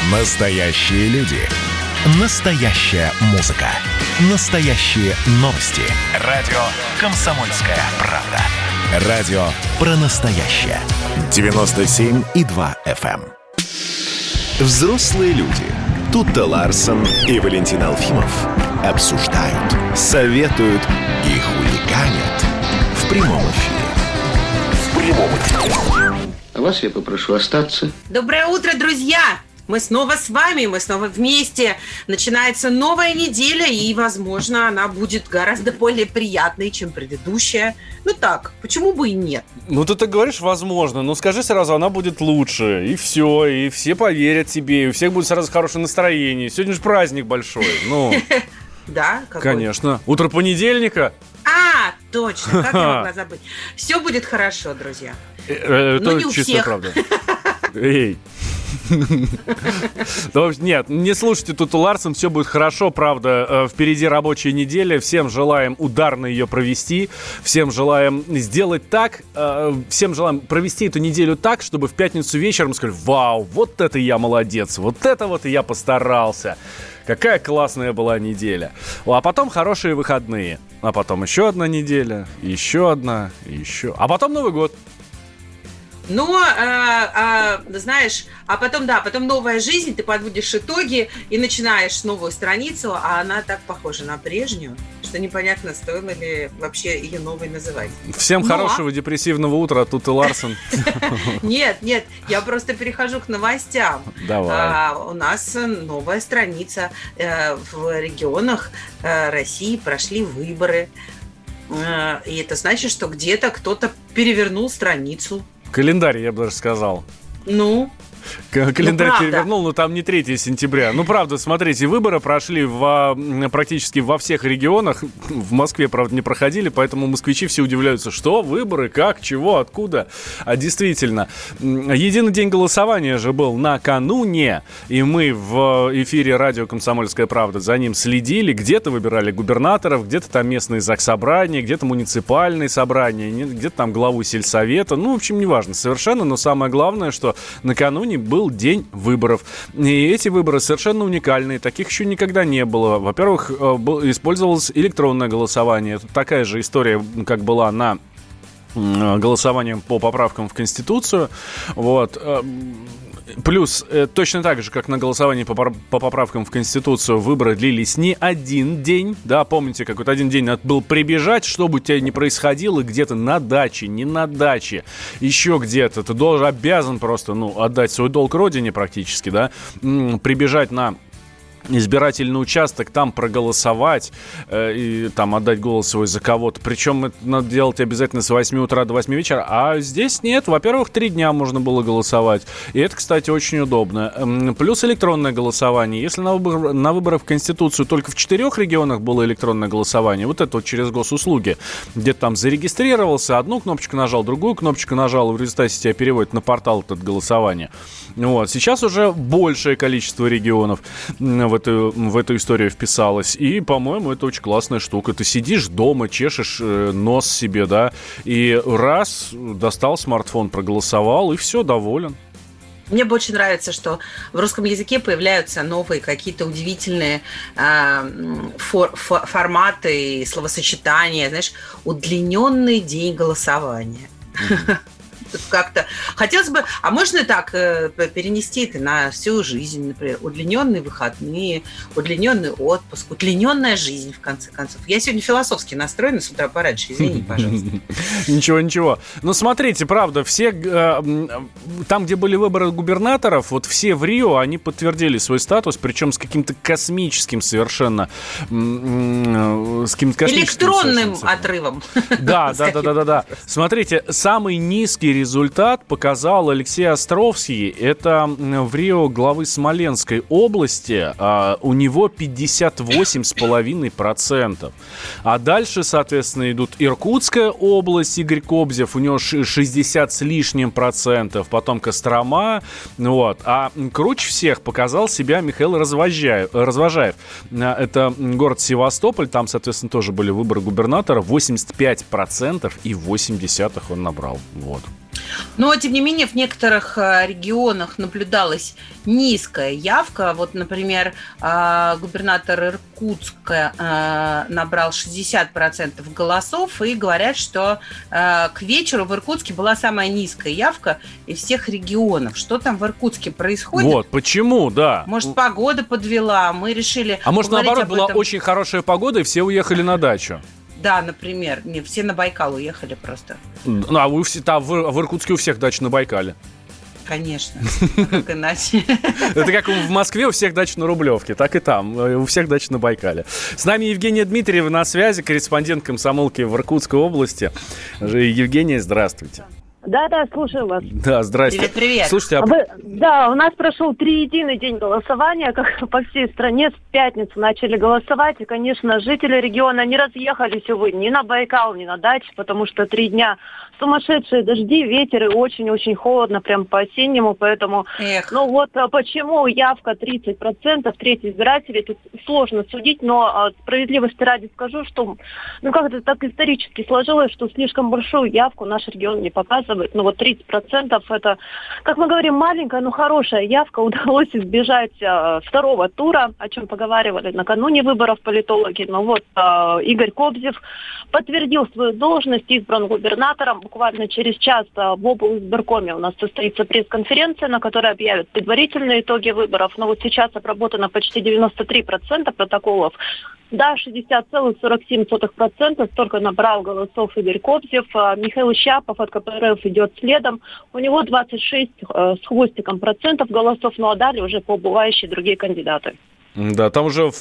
Настоящие люди. Настоящая музыка. Настоящие новости. Радио «Комсомольская правда». Радио про настоящее. 97,2 FM. Взрослые люди. Тутта Ларсон и Валентин Алфимов обсуждают, советуют и хулиганят в прямом эфире. А вас я попрошу остаться. Доброе утро, друзья! Мы снова с вами, мы снова вместе. Начинается новая неделя, и, возможно, она будет гораздо более приятной, чем предыдущая. Ну так, почему бы и нет? Ну, ты так говоришь, возможно, но скажи сразу, она будет лучше, и все, и все поверят тебе, и у всех будет сразу хорошее настроение. Сегодня же праздник большой, ну... Да? Какой? Конечно. Утро понедельника. А, точно, как я могла забыть. Все будет хорошо, друзья. Это не у чистая всех. правда. Эй. Нет, не слушайте Тутту Ларсон, все будет хорошо, правда, впереди рабочая неделя, всем желаем ударно ее провести, всем желаем сделать так, всем желаем провести эту неделю так, чтобы в пятницу вечером сказали: вау, вот это я молодец, вот это вот я постарался. Какая классная была неделя. А потом хорошие выходные, а потом еще одна неделя, еще одна, еще, а потом Новый год. Но, знаешь, потом новая жизнь, ты подводишь итоги и начинаешь новую страницу, а она так похожа на прежнюю, что непонятно, стоило ли вообще ее новой называть. Всем хорошего депрессивного утра, Тутта Ларсон. Нет, я просто перехожу к новостям. Давай. У нас новая страница. В регионах России прошли выборы. И это значит, что где-то кто-то перевернул страницу. Календарь, я бы даже сказал. Ну? Календарь перевернул, но там не 3 сентября. Ну, правда, смотрите, выборы прошли практически во всех регионах. В Москве, правда, не проходили, поэтому москвичи все удивляются, что выборы, как, чего, откуда. А действительно, единый день голосования же был накануне, и мы в эфире радио «Комсомольская правда» за ним следили. Где-то выбирали губернаторов, где-то там местные заксобрания, где-то муниципальные собрания, где-то там главу сельсовета. Ну, в общем, неважно совершенно, но самое главное, что накануне был день выборов. И эти выборы совершенно уникальные. Таких еще никогда не было. Во-первых, использовалось электронное голосование. Это такая же история, как была на голосовании по поправкам в Конституцию. Вот. Плюс, точно так же, как на голосовании по поправкам в Конституцию, выборы длились не один день. Да, помните, какой-то один день надо было прибежать, что бы у тебя ни происходило, где-то на даче, не на даче, еще где-то. Ты обязан просто, отдать свой долг родине практически, да, прибежать на избирательный участок, там проголосовать и там отдать голос свой за кого-то. Причем это надо делать обязательно с 8 утра до 8 вечера. А здесь нет. Во-первых, 3 дня можно было голосовать. И это, кстати, очень удобно. Плюс электронное голосование. Если на выборах в Конституцию только в 4 регионах было электронное голосование, вот это вот через госуслуги, где-то там зарегистрировался, одну кнопочку нажал, другую кнопочку нажал, и в результате тебя переводит на портал это голосование. Вот. Сейчас уже большее количество регионов в эту историю вписалось. И, по-моему, это очень классная штука. Ты сидишь дома, чешешь нос себе, да, и раз, достал смартфон, проголосовал, и все, доволен. Мне очень нравится, что в русском языке появляются новые какие-то удивительные форматы и словосочетания. Знаешь, удлиненный день голосования. Как-то хотелось бы, а можно так перенести это на всю жизнь, например, удлиненные выходные, удлиненный отпуск, удлиненная жизнь, в конце концов. Я сегодня философски настроена с утра пораньше, извини, пожалуйста. Ничего. Ну, смотрите, правда, все там, где были выборы губернаторов, вот все в Рио, они подтвердили свой статус, причем с каким-то космическим совершенно, с каким-то космическим электронным отрывом. Да. Смотрите, самый низкий результат показал Алексей Островский. Это в Рио главы Смоленской области. У него 58,5%. А дальше, соответственно, идут Иркутская область, Игорь Кобзев, у него 60 с лишним процентов. Потом Кострома. Вот. А круче всех показал себя Михаил Развожаев. Это город Севастополь. Там, соответственно, тоже были выборы губернатора. 85% и 0,8 он набрал. Вот. Но, тем не менее, в некоторых регионах наблюдалась низкая явка. Вот, например, губернатор Иркутска набрал 60% голосов, и говорят, что к вечеру в Иркутске была самая низкая явка из всех регионов. Что там в Иркутске происходит? Вот, почему, да. Может, погода подвела, мы решили... А может, наоборот, была очень хорошая погода, и все уехали на дачу? Да, например. Не, все на Байкал уехали просто. Ну, а в Иркутске у всех дач на Байкале. Конечно. Как иначе? Это как в Москве у всех дач на Рублевке, так и там. У всех дач на Байкале. С нами Евгения Дмитриева на связи, корреспондент «Комсомолки» в Иркутской области. Евгения, здравствуйте. Да, слушаю вас. Да, здрасте. Привет. Слушайте, Да, у нас прошел триединый день голосования, как по всей стране. В пятницу начали голосовать. И, конечно, жители региона не разъехались, увы, ни на Байкал, ни на дачи, потому что 3 дня сумасшедшие дожди, ветер и очень-очень холодно, прям по-осеннему. Поэтому, почему явка 30%, треть избирателей, тут сложно судить, но справедливости ради скажу, что как-то так исторически сложилось, что слишком большую явку наш регион не показывает. 30% это, как мы говорим, маленькая, но хорошая явка. Удалось избежать второго тура, о чем поговаривали накануне выборов политологи. Но Игорь Кобзев подтвердил свою должность, избран губернатором. Буквально через час в облисборкоме у нас состоится пресс-конференция, на которой объявят предварительные итоги выборов. Но сейчас обработано почти 93% протоколов. Да, 60,47%, столько набрал голосов Игорь Кобзев. Михаил Щапов от КПРФ идет следом. У него 26 с хвостиком процентов голосов, ну а далее уже поубывающие другие кандидаты. Да, там уже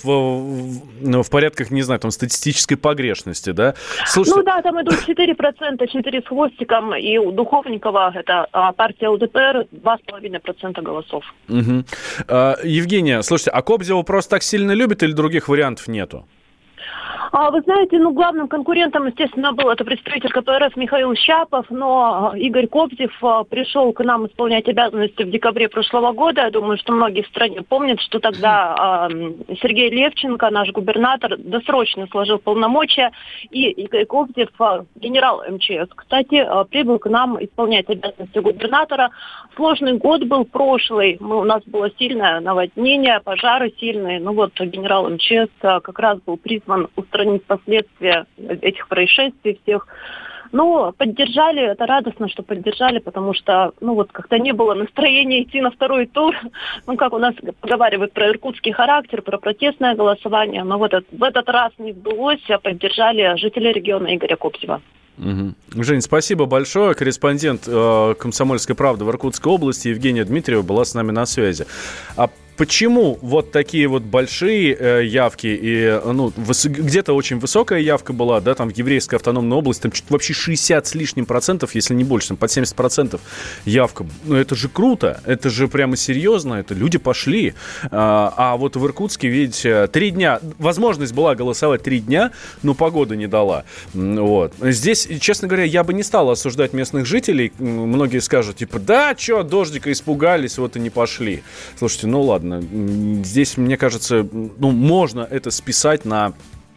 в порядках, не знаю, там статистической погрешности, да? Слушайте... там идут 4%, 4 с хвостиком, и у Духовникова, это партия ЛДПР, 2,5% голосов. Угу. Евгения, слушайте, а Кобзева просто так сильно любит или других вариантов нету? Вы знаете, главным конкурентом, естественно, был это представитель КПРФ Михаил Щапов, но Игорь Кобзев пришел к нам исполнять обязанности в декабре прошлого года. Я думаю, что многие в стране помнят, что тогда Сергей Левченко, наш губернатор, досрочно сложил полномочия, и Игорь Кобзев, генерал МЧС, кстати, прибыл к нам исполнять обязанности губернатора. Сложный год был прошлый, у нас было сильное наводнение, пожары сильные, генерал МЧС как раз был призван устранить последствия этих происшествий всех. Поддержали, это радостно, что поддержали, потому что, как-то не было настроения идти на второй тур. Как у нас поговаривают про иркутский характер, про протестное голосование, но в этот раз не сбылось, а поддержали жители региона Игоря Кобзева. Угу. Жень, спасибо большое. Корреспондент «Комсомольской правды» в Иркутской области Евгения Дмитриева была с нами на связи. А почему вот такие вот большие явки и где-то очень высокая явка была, да, там в Еврейской автономной области, там чуть вообще 60 с лишним процентов, если не больше, там под 70% явка. Это же круто, это же прямо серьезно, это люди пошли. А вот в Иркутске, видите, 3 дня, возможность была голосовать 3 дня, но погода не дала. Вот. Здесь, честно говоря, я бы не стал осуждать местных жителей. Многие скажут, дождика испугались, вот и не пошли. Слушайте, ладно. Здесь, мне кажется, можно это списать на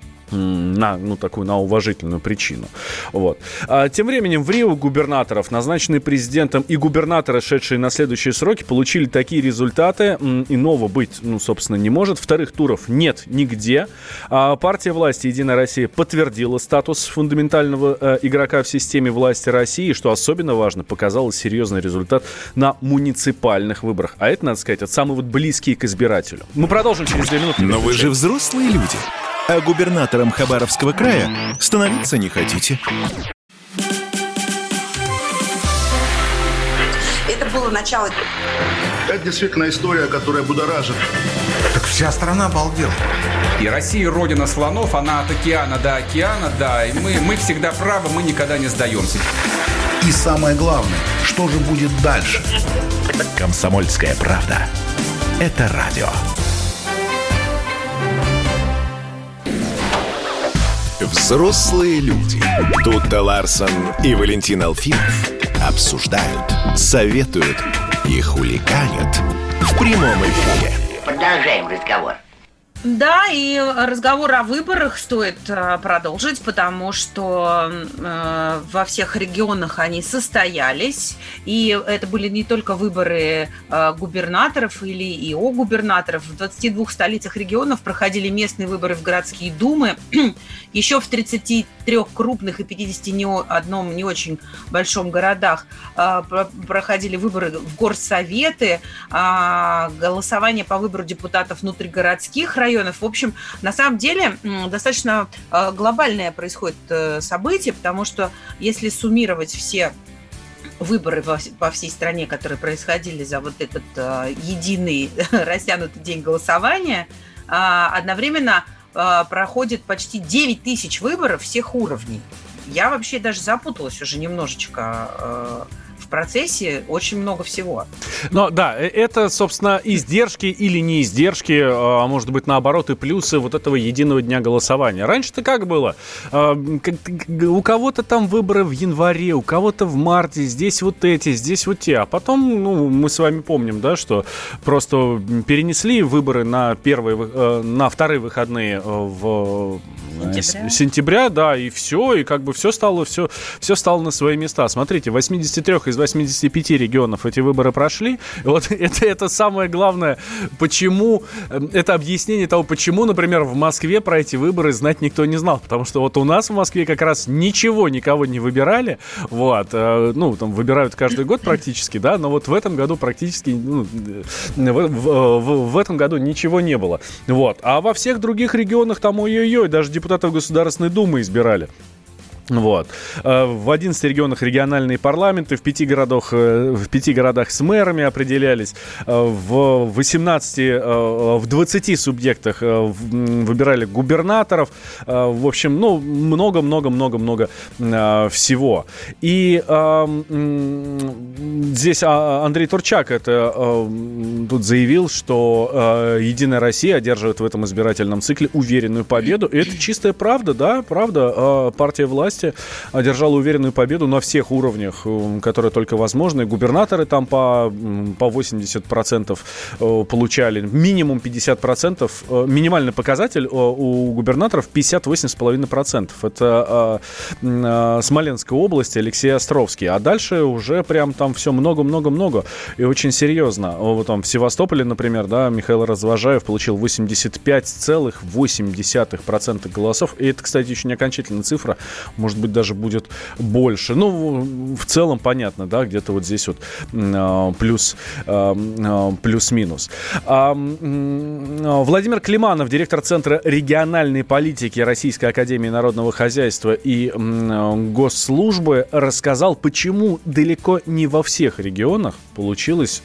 уважительную причину. Вот. Тем временем в Рио губернаторов, назначенные президентом, и губернаторы, шедшие на следующие сроки, получили такие результаты. Иного быть, собственно, не может. Вторых туров нет нигде. Партия власти «Единая Россия» подтвердила статус фундаментального игрока в системе власти России, что особенно важно, показала серьезный результат на муниципальных выборах. А это, надо сказать, самые близкие к избирателю. Мы продолжим через 2 минуты. Но вы же взрослые люди. А губернатором Хабаровского края становиться не хотите. Это было начало. Это действительно история, которая будоражит. Так вся страна обалдела. И Россия родина слонов, она от океана до океана, да. И мы всегда правы, мы никогда не сдаемся. И самое главное, что же будет дальше? «Комсомольская правда». Это радио. Взрослые люди. Тут-то Ларсон и Валентин Алфимов обсуждают, советуют и хулиганят в прямом эфире. Продолжаем разговор. Да, и разговор о выборах стоит продолжить, потому что во всех регионах они состоялись, и это были не только выборы губернаторов или ИО губернаторов. В 22 столицах регионов проходили местные выборы в городские думы. Еще в 33 крупных и 51 не очень большом городах проходили выборы в горсоветы, голосование по выбору депутатов внутригородских районов. В общем, на самом деле достаточно глобальное происходит событие, потому что если суммировать все выборы по всей стране, которые происходили за вот этот единый растянутый день голосования, одновременно проходит почти 9 тысяч выборов всех уровней. Я вообще даже запуталась уже немножечко в процессе, очень много всего. Но да, это, собственно, издержки или не издержки, а может быть, наоборот, и плюсы вот этого единого дня голосования. Раньше-то как было? У кого-то там выборы в январе, у кого-то в марте, здесь вот эти, здесь вот те. А потом, ну, мы с вами помним, да, что просто перенесли выборы на вторые выходные в сентября, да, и все, и как бы все стало на свои места. Смотрите, 83 из 85 регионов эти выборы прошли. Вот это самое главное, почему, это объяснение того, почему, например, в Москве про эти выборы знать никто не знал. Потому что вот у нас в Москве как раз никого не выбирали. Вот, ну, там выбирают каждый год практически, да, но вот в этом году практически, в этом году ничего не было. Вот, а во всех других регионах там ой-ой-ой, даже депутатов Государственной Думы избирали. Вот. В 11 регионах региональные парламенты, в 5 городах с мэрами определялись, в 20 субъектах выбирали губернаторов, в общем, ну, много-много-много-много всего. И здесь Андрей Турчак тут заявил, что «Единая Россия» одерживает в этом избирательном цикле уверенную победу. И это чистая правда, да, правда. Партия власти одержала уверенную победу на всех уровнях, которые только возможны. Губернаторы там по 80% получали, минимум 50%. Минимальный показатель у губернаторов 58,5%. Это Смоленская область, Алексей Островский. А дальше уже прям там все много-много-много и очень серьезно. Вот там в Севастополе, например, да, Михаил Развожаев получил 85,8% голосов. И это, кстати, еще не окончательная цифра. Может быть, даже будет больше. Ну, в целом понятно, да, где-то вот здесь вот плюс-минус. Владимир Климанов, директор Центра региональной политики Российской академии народного хозяйства и госслужбы, рассказал, почему далеко не во всех регионах получилась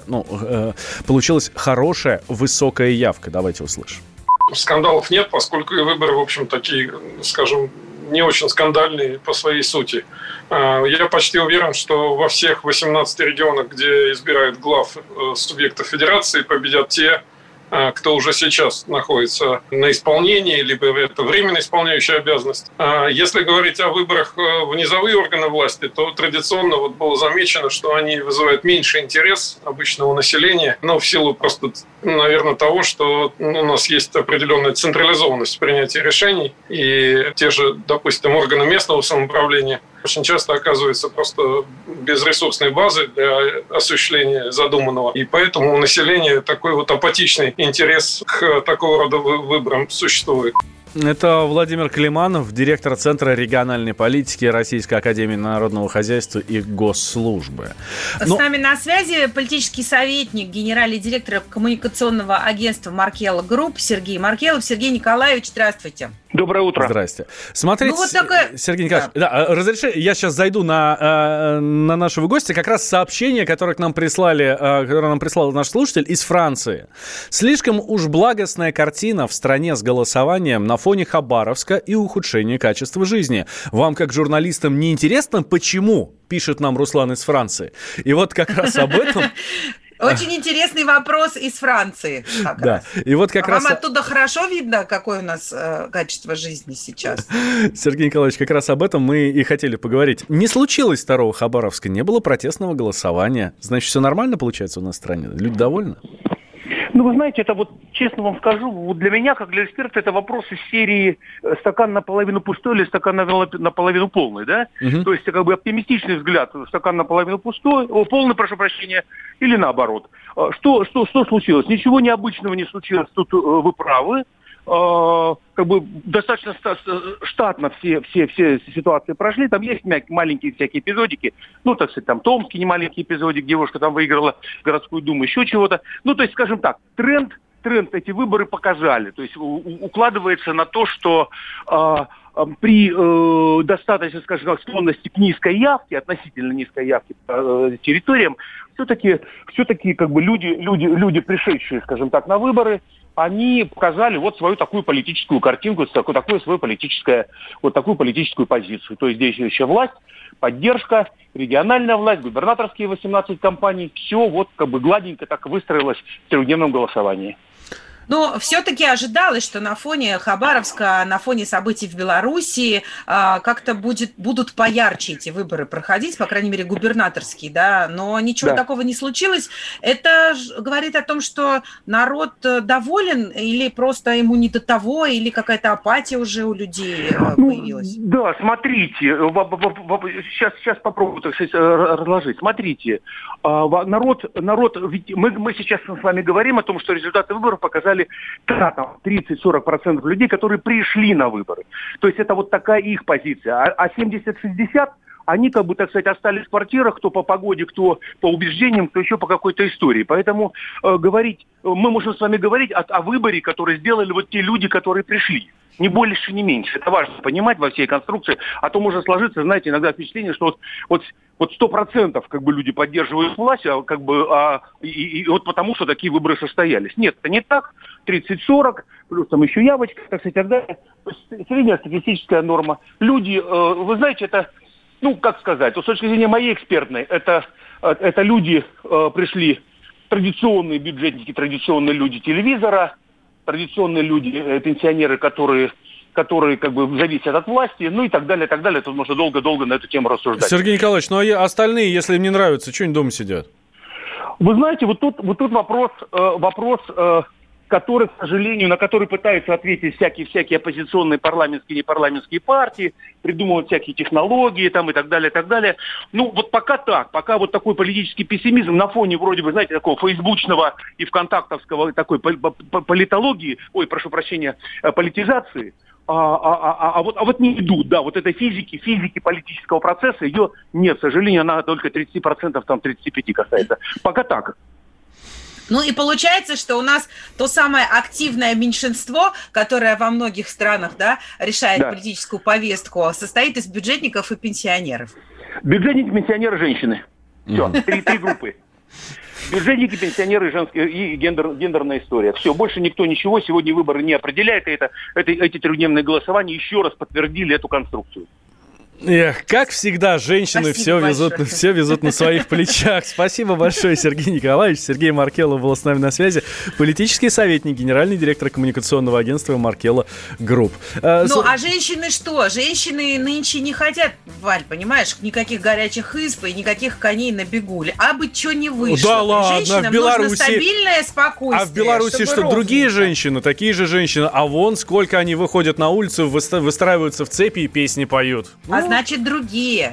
хорошая, высокая явка. Давайте услышим. Скандалов нет, поскольку и выборы, в общем, такие, скажем, не очень скандальные по своей сути. Я почти уверен, что во всех 18 регионах, где избирают глав субъектов федерации, победят те, кто уже сейчас находится на исполнении, либо это временно исполняющая обязанность. Если говорить о выборах в низовые органы власти, то традиционно вот было замечено, что они вызывают меньший интерес обычного населения, но в силу просто, наверное, того, что у нас есть определенная централизованность принятия решений, и те же, допустим, органы местного самоуправления очень часто оказываются просто без ресурсной базы для осуществления задуманного. И поэтому у населения такой вот апатичный интерес к такого рода выборам существует. Это Владимир Климанов, директор Центра региональной политики Российской академии народного хозяйства и госслужбы. С нами на связи политический советник, генеральный директор коммуникационного агентства «Маркелла Групп» Сергей Маркелов. Сергей Николаевич, здравствуйте. Доброе утро. Здрасте. Смотрите, вот такое... Сергей Николаевич, да, разреши, я сейчас зайду на нашего гостя, как раз сообщение, которое нам прислал наш слушатель из Франции. Слишком уж благостная картина в стране с голосованием на фоне Хабаровска и ухудшения качества жизни. Вам, как журналистам, не интересно, почему? Пишет нам Руслан из Франции. И вот как раз об этом... Очень интересный вопрос из Франции. Да. И вот как раз... Вам оттуда хорошо видно, какое у нас качество жизни сейчас? Сергей Николаевич, как раз об этом мы и хотели поговорить. Не случилось второго Хабаровска, не было протестного голосования. Значит, все нормально получается у нас в стране? Люди довольны? Ну, вы знаете, это вот, честно вам скажу, вот для меня, как для эксперта, это вопрос из серии стакан наполовину пустой или стакан наполовину полный, да? То есть, как бы оптимистичный взгляд, стакан наполовину пустой, полный, прошу прощения, или наоборот. Что случилось? Ничего необычного не случилось, тут вы правы. Как бы достаточно штатно все ситуации прошли. Там есть маленькие всякие эпизодики. Ну, так сказать, там Томский немаленький эпизодик, девушка там выиграла городскую думу, еще чего-то. Ну, то есть, скажем так, тренд эти выборы показали. То есть укладывается на то, что при достаточно, скажем так, склонности к низкой явке, относительно низкой явке по территориям, все-таки как бы люди, пришедшие, скажем так, на выборы, они показали вот свою такую политическую картинку, такую политическую позицию. То есть действующая власть, поддержка, региональная власть, губернаторские 18 компаний, все вот как бы гладенько так выстроилось в трехдневном голосовании. Но все-таки ожидалось, что на фоне Хабаровска, на фоне событий в Белоруссии как-то будут поярче эти выборы проходить, по крайней мере, губернаторские, да, но ничего такого не случилось. Это говорит о том, что народ доволен или просто ему не до того, или какая-то апатия уже у людей появилась? Да, смотрите, сейчас попробую, так сказать, разложить. Смотрите, народ, ведь мы сейчас с вами говорим о том, что результаты выборов показали 30-40% людей, которые пришли на выборы. То есть это вот такая их позиция. А 70-60, они, как бы, так сказать, остались в квартирах, кто по погоде, кто по убеждениям, кто еще по какой-то истории. Поэтому мы можем с вами говорить о выборе, который сделали вот те люди, которые пришли. Ни больше, ни меньше. Это важно понимать во всей конструкции. А то может сложиться, знаете, иногда впечатление, что вот 100% как бы люди поддерживают власть, и вот потому, что такие выборы состоялись. Нет, это не так. 30-40, плюс там еще явочка, так сказать, и так далее. Средняя статистическая норма. Люди, вы знаете, это, как сказать, с точки зрения моей экспертной, это люди пришли, традиционные бюджетники, традиционные люди телевизора, традиционные люди, пенсионеры, которые как бы зависят от власти, и так далее, так далее. Тут можно долго-долго на эту тему рассуждать. Сергей Николаевич, а остальные, если им не нравится, что они дома сидят? Вы знаете, вот тут вопрос, который, к сожалению, на который пытаются ответить всякие оппозиционные парламентские и непарламентские партии, придумывают всякие технологии там, и так далее, и так далее. Вот пока вот такой политический пессимизм на фоне вроде бы, знаете, такого фейсбучного и вконтактовского такой политологии, политизации, вот не идут, да, вот этой физики политического процесса, ее нет, к сожалению, она только 30%, там 35% касается. Пока так. И получается, что у нас то самое активное меньшинство, которое во многих странах, да, решает политическую повестку, состоит из бюджетников и пенсионеров. Бюджетники, пенсионеры, женщины. Все, три группы. Бюджетники, пенсионеры, женские и гендерная история. Все, больше никто ничего. Сегодня выборы не определяет. Эти трехдневные голосования еще раз подтвердили эту конструкцию. Как всегда, женщины все везут на своих плечах. Спасибо большое, Сергей Николаевич. Сергей Маркелов был с нами на связи. Политический советник, генеральный директор коммуникационного агентства Маркела Групп. А женщины что? Женщины нынче не хотят, Валь, понимаешь, никаких горячих исп и никаких коней на бегу. А бы что не вышло. Да ладно, женщинам в Беларуси... нужно стабильное спокойствие. А в Беларуси что, ровненько. Другие женщины, такие же женщины. А вон сколько они выходят на улицу, выстраиваются в цепи и песни поют. Значит, другие.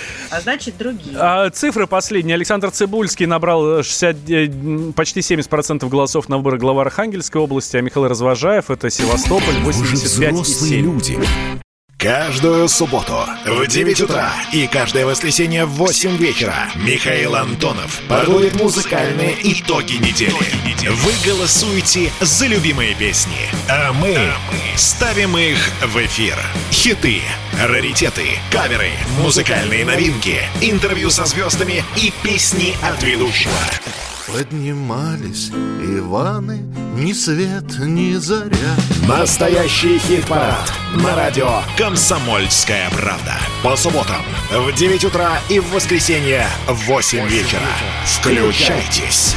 Цифры последние. Александр Цыбульский набрал почти 70% голосов на выборы главы Архангельской области, а Михаил Развожаев, это Севастополь, 85,7%. Каждую субботу в 9 утра и каждое воскресенье в 8 вечера Михаил Антонов подводит музыкальные итоги недели. Вы голосуете за любимые песни, а мы ставим их в эфир. Хиты, раритеты, каверы, музыкальные новинки, интервью со звездами и песни от ведущего. Поднимались Иваны, ни свет, ни заря. Настоящий хит-парад на радио «Комсомольская правда». По субботам в 9 утра и в воскресенье в 8 вечера. Включайтесь.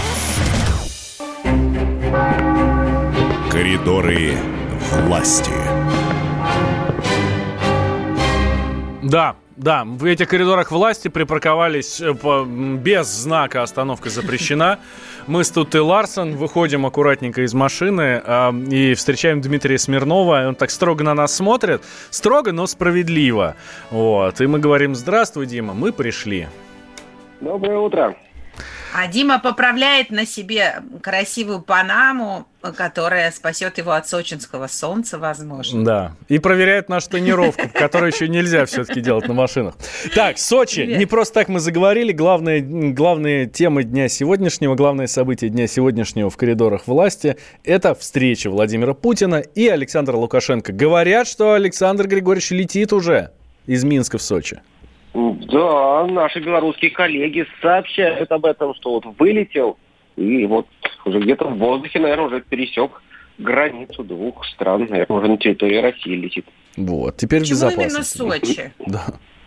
Коридоры власти. Да, Да, в этих коридорах власти припарковались без знака «Остановка запрещена». Мы с Туттой Ларсон выходим аккуратненько из машины и встречаем Дмитрия Смирнова. Он так строго на нас смотрит. Строго, но справедливо. Вот. И мы говорим: здравствуй, Дима, мы пришли. Доброе утро. А Дима поправляет на себе красивую панаму, которая спасет его от сочинского солнца, возможно. Да, и проверяет нашу тонировку, которую еще нельзя все-таки делать на машинах. Так, Сочи. Привет. Не просто так мы заговорили. Главные темы дня сегодняшнего, главное событие дня сегодняшнего в коридорах власти – это встреча Владимира Путина и Александра Лукашенко. Говорят, что Александр Григорьевич летит уже из Минска в Сочи. Да, наши белорусские коллеги сообщают об этом, что вот вылетел и вот уже где-то в воздухе, наверное, уже пересек границу двух стран, наверное, уже на территории России летит. Вот, теперь почему в безопасности. Именно Сочи? Да.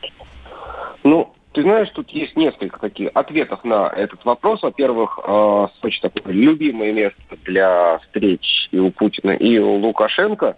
Ну, ты знаешь, тут есть несколько таких ответов на этот вопрос. Во-первых, Сочи такое любимое место для встреч и у Путина, и у Лукашенко.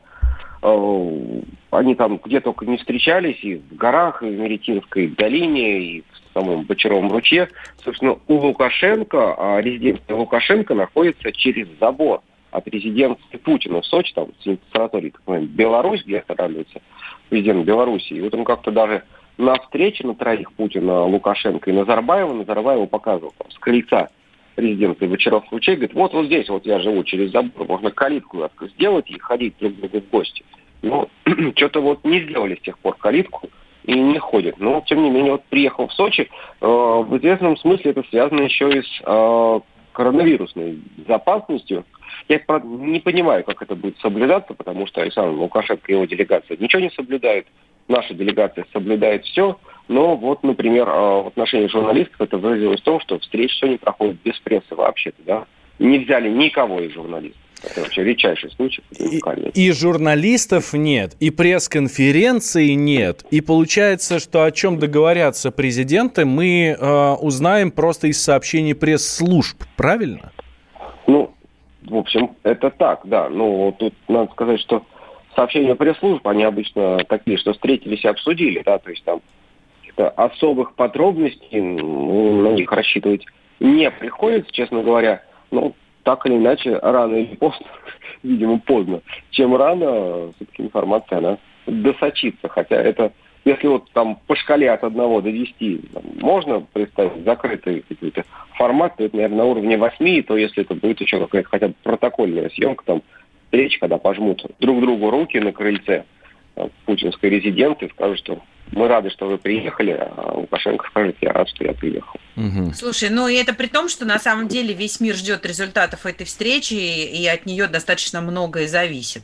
Они там где только не встречались, и в горах, и в Меретинской долине, и в самом Бочаровом ручье. Собственно, у Лукашенко, резиденция Лукашенко находится через забор от резиденции Путина в Сочи, там, в санатории, Беларусь, где останавливается президент Беларуси. И вот он как-то даже на встрече на троих Путина, Лукашенко и Назарбаева показывал там, с крыльца резиденции Бочаров ручей, говорит, вот здесь вот я живу через забор, можно калитку сделать и ходить друг к другу в гости. Но что-то вот не сделали с тех пор калитку и не ходят. Но, тем не менее, вот приехал в Сочи. В известном смысле это связано еще и с коронавирусной безопасностью. Я, правда, не понимаю, как это будет соблюдаться, потому что Александр Лукашенко и его делегация ничего не соблюдают. Наша делегация соблюдает все. Но вот, например, в отношении журналистов это выразилось в том, что встречи сегодня проходят без прессы вообще-то, да. Не взяли никого из журналистов. Это вообще редчайший случай. И журналистов нет, и пресс-конференции нет. И получается, что о чем договорятся президенты, мы узнаем просто из сообщений пресс-служб, правильно? Ну, в общем, это так, да. Ну, тут надо сказать, что сообщения пресс-служб, они обычно такие, что встретились и обсудили, да, то есть там особых подробностей на них рассчитывать не приходится, честно говоря. Ну, так или иначе, рано или поздно, видимо, поздно, чем рано, все-таки информация, она досочится. Хотя это, если вот там по шкале от 1 до 10 там, можно представить закрытый какой-то формат, то это, наверное, на уровне 8, то если это будет еще какая-то хотя бы протокольная съемка, там, встреча, когда пожмут друг другу руки на крыльце путинской резиденции, скажут, что мы рады, что вы приехали, а Лукашенко скажет, я рад, что я приехал. Угу. Слушай, ну и это при том, что на самом деле весь мир ждет результатов этой встречи, и от нее достаточно многое зависит.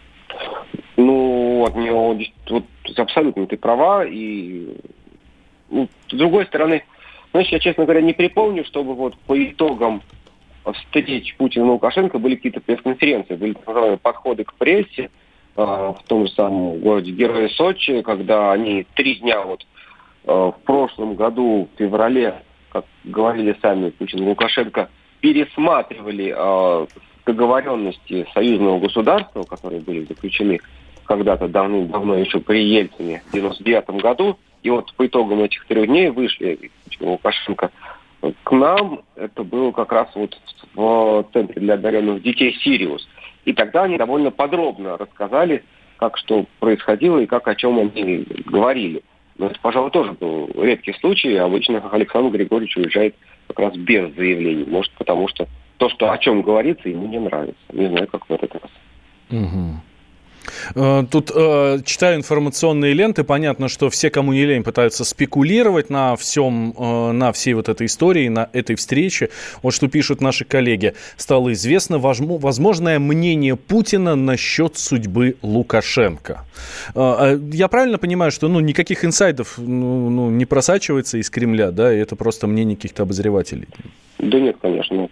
Ну, от нее вот, абсолютно ты права, и ну, с другой стороны, знаешь, я, честно говоря, не припомню, чтобы вот по итогам встреч Путина и Лукашенко были какие-то пресс-конференции, были так называемые подходы к прессе, в том же самом городе-герое Сочи, когда они 3 дня вот в прошлом году, в феврале, как говорили сами Путин и Лукашенко, пересматривали договоренности союзного государства, которые были заключены когда-то давным-давно еще при Ельцине в 1999 году. И вот по итогам этих 3 дней вышли Путин и Лукашенко к нам. Это было как раз вот в Центре для одаренных детей «Сириус». И тогда они довольно подробно рассказали, как что происходило и как о чем они говорили. Но это, пожалуй, тоже был редкий случай. Обычно Александр Григорьевич уезжает как раз без заявлений. Может, потому что то, что о чем говорится, ему не нравится. Не знаю, как в этот раз. Угу. Тут читаю информационные ленты, понятно, что все, кому не лень, пытаются спекулировать на всем, на всей вот этой истории, на этой встрече. Вот что пишут наши коллеги. Стало известно возможное мнение Путина насчет судьбы Лукашенко. Я правильно понимаю, что никаких инсайдов не просачивается из Кремля, да, и это просто мнение каких-то обозревателей? Да нет, конечно.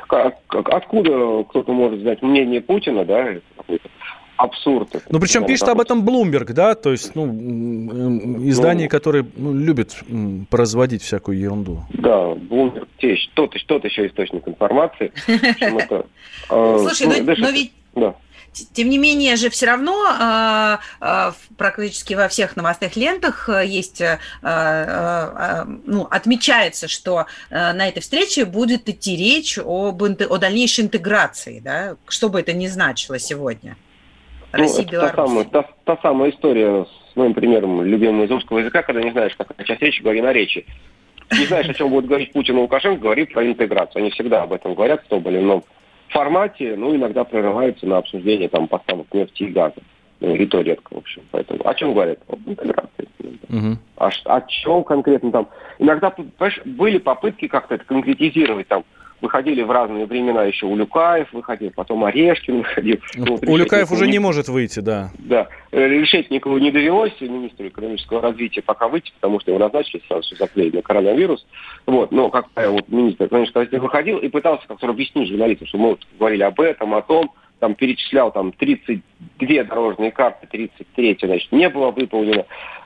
Откуда кто-то может знать мнение Путина, да, это какой-то абсурд. Ну, причем пишет об этом Bloomberg, да, то есть, издание, которое любит производить всякую ерунду. Да, Bloomberg тот еще источник информации. Слушай, но ведь Тем не менее же все равно практически во всех новостных лентах есть, отмечается, что на этой встрече будет идти речь о дальнейшей интеграции, да, что бы это ни значило сегодня. Россия, Беларусь. Та самая история с моим примером любимого из русского языка, когда не знаешь, какая часть речи, говори на речи. Не знаешь, о чем будет говорить Путин и Лукашенко, говори про интеграцию. Они всегда об этом говорят в том или ином формате, иногда прерываются на обсуждение поставок нефти и газа. И то редко, в общем. Поэтому о чем говорят? Об интеграции. О чем конкретно там? Иногда, понимаешь, были попытки как-то это конкретизировать там. Выходили в разные времена еще Улюкаев, выходил, потом Орешкин выходил. Улюкаев уже не может выйти, да. Да. Решетникову не довелось, министру экономического развития, пока выйти, потому что его назначили сразу заклеить на коронавирус. Но как-то министр экономического развития выходил и пытался как-то объяснить журналистам, что мы говорили об этом, о том, перечислял 32 дорожные карты, 33, значит, не было выполнено.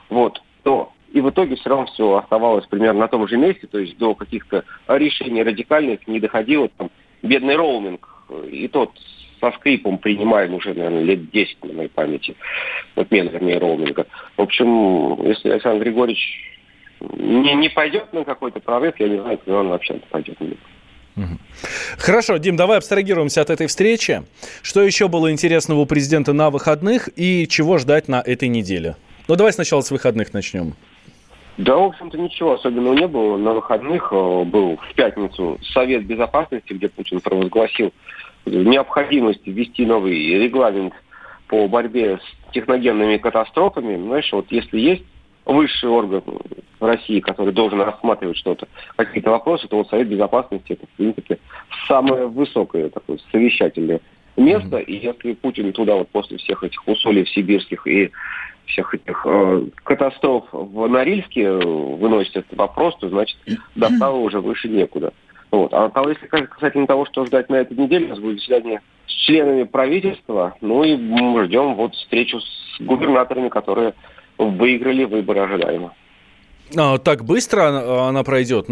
И в итоге все равно все оставалось примерно на том же месте, то есть до каких-то решений радикальных не доходило. Бедный роуминг, и тот со скрипом принимаем уже, наверное, лет 10 на моей памяти. Отмена, роуминга. В общем, если Александр Григорьевич не пойдет на какой-то прорыв, я не знаю, куда он вообще пойдет. Хорошо, Дим, давай абстрагируемся от этой встречи. Что еще было интересного у президента на выходных и чего ждать на этой неделе? Давай сначала с выходных начнем. Да, в общем-то, ничего особенного не было. На выходных был в пятницу Совет Безопасности, где Путин провозгласил необходимость ввести новый регламент по борьбе с техногенными катастрофами. Знаешь, если есть высший орган России, который должен рассматривать что-то, какие-то вопросы, то Совет Безопасности это, в принципе, самое высокое такое совещательное место. И если Путин туда после всех этих усольев сибирских и всех этих катастроф в Норильске выносит этот вопрос, то, значит, достало уже выше некуда. А если касательно того, что ждать на этой неделе, у нас будет заседание с членами правительства, и мы ждем встречу с губернаторами, которые выиграли выборы ожидаемо. Так быстро она пройдет?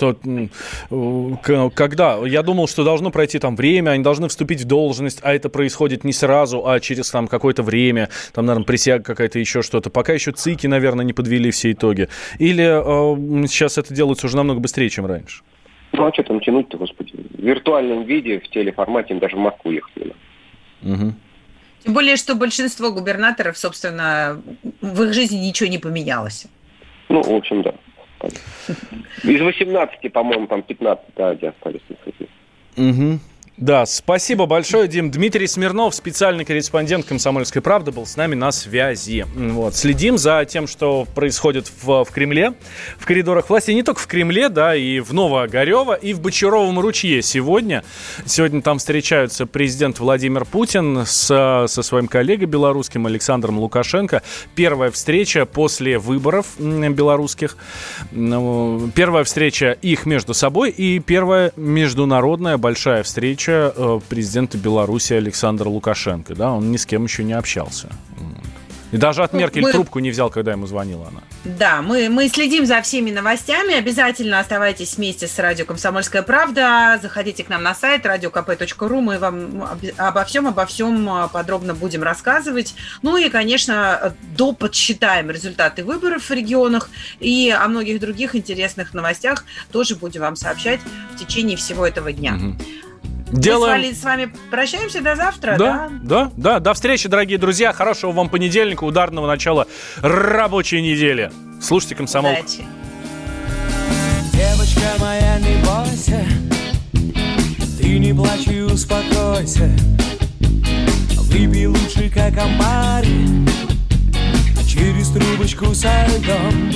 Когда? Я думал, что должно пройти время, они должны вступить в должность, а это происходит не сразу, а через какое-то время, наверное, присяга какая-то, еще что-то. Пока еще ЦИКи, наверное, не подвели все итоги. Или сейчас это делается уже намного быстрее, чем раньше? А что там тянуть-то, господи? В виртуальном виде, в телеформате им даже в Москву ехать не надо. Угу. Тем более, что большинство губернаторов, собственно, в их жизни ничего не поменялось. В общем, да. Из 18, по-моему, 15, где остались. Угу. Да, спасибо большое, Дим. Дмитрий Смирнов, специальный корреспондент «Комсомольской правды», был с нами на связи. Следим за тем, что происходит в Кремле, в коридорах власти. Не только в Кремле, да, и в Новоогарево, и в Бочаровом ручье сегодня. Сегодня там встречаются президент Владимир Путин со своим коллегой белорусским Александром Лукашенко. Первая встреча после выборов белорусских. Первая встреча их между собой и первая международная большая встреча президента Беларуси Александра Лукашенко. Да, он ни с кем еще не общался. И даже от Меркель трубку не взял, когда ему звонила она. Да, мы следим за всеми новостями. Обязательно оставайтесь вместе с радио «Комсомольская правда». Заходите к нам на сайт radiokp.ru. Мы вам обо всем подробно будем рассказывать. И, конечно, подсчитаем результаты выборов в регионах. И о многих других интересных новостях тоже будем вам сообщать в течение всего этого дня. Угу. Мы с вами прощаемся до завтра, да? Да. До встречи, дорогие друзья. Хорошего вам понедельника, ударного начала рабочей недели. Слушайте «Комсомолку». Удачи. Девочка моя, не бойся, ты не плачь и успокойся. Выпей лучше, как амбари, через трубочку со льдом.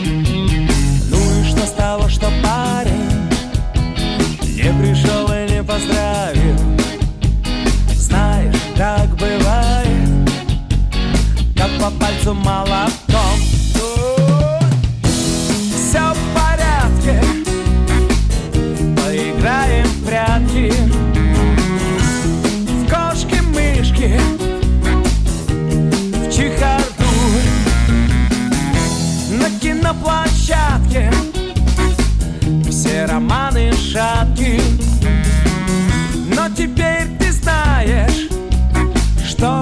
И что с того, что парень не пришел и не поздравил? Знаешь, так бывает, как по пальцу молотком. Все в порядке, поиграем в прятки, в кошки-мышки, в чехарду. На киноплощадке все романы шатки. Но теперь ты знаешь, что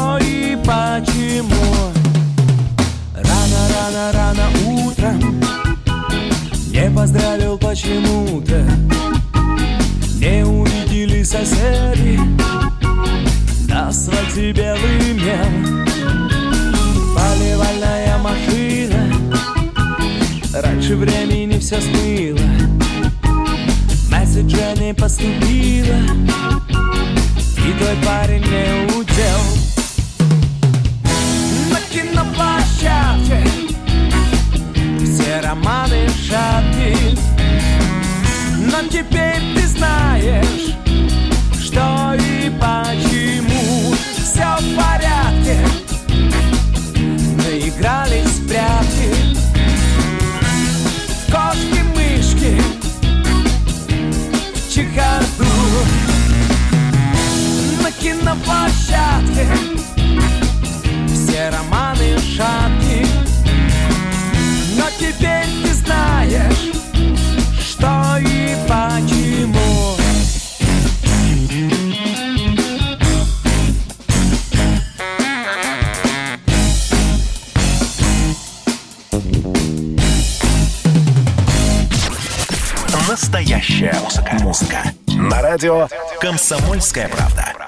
памяти белый мел. Поливальная машина раньше времени все смыло. Месседжа не поступило, и твой парень не удел. На киноплощадке все романы шатки, но теперь ты знаешь, что и почему. Все в порядке, наигрались в прятки, кошки-мышки в чехарду. На киноплощадке все романы шатки, но теперь ты знаешь, что и почему. Настоящая музыка. На радио «Комсомольская правда».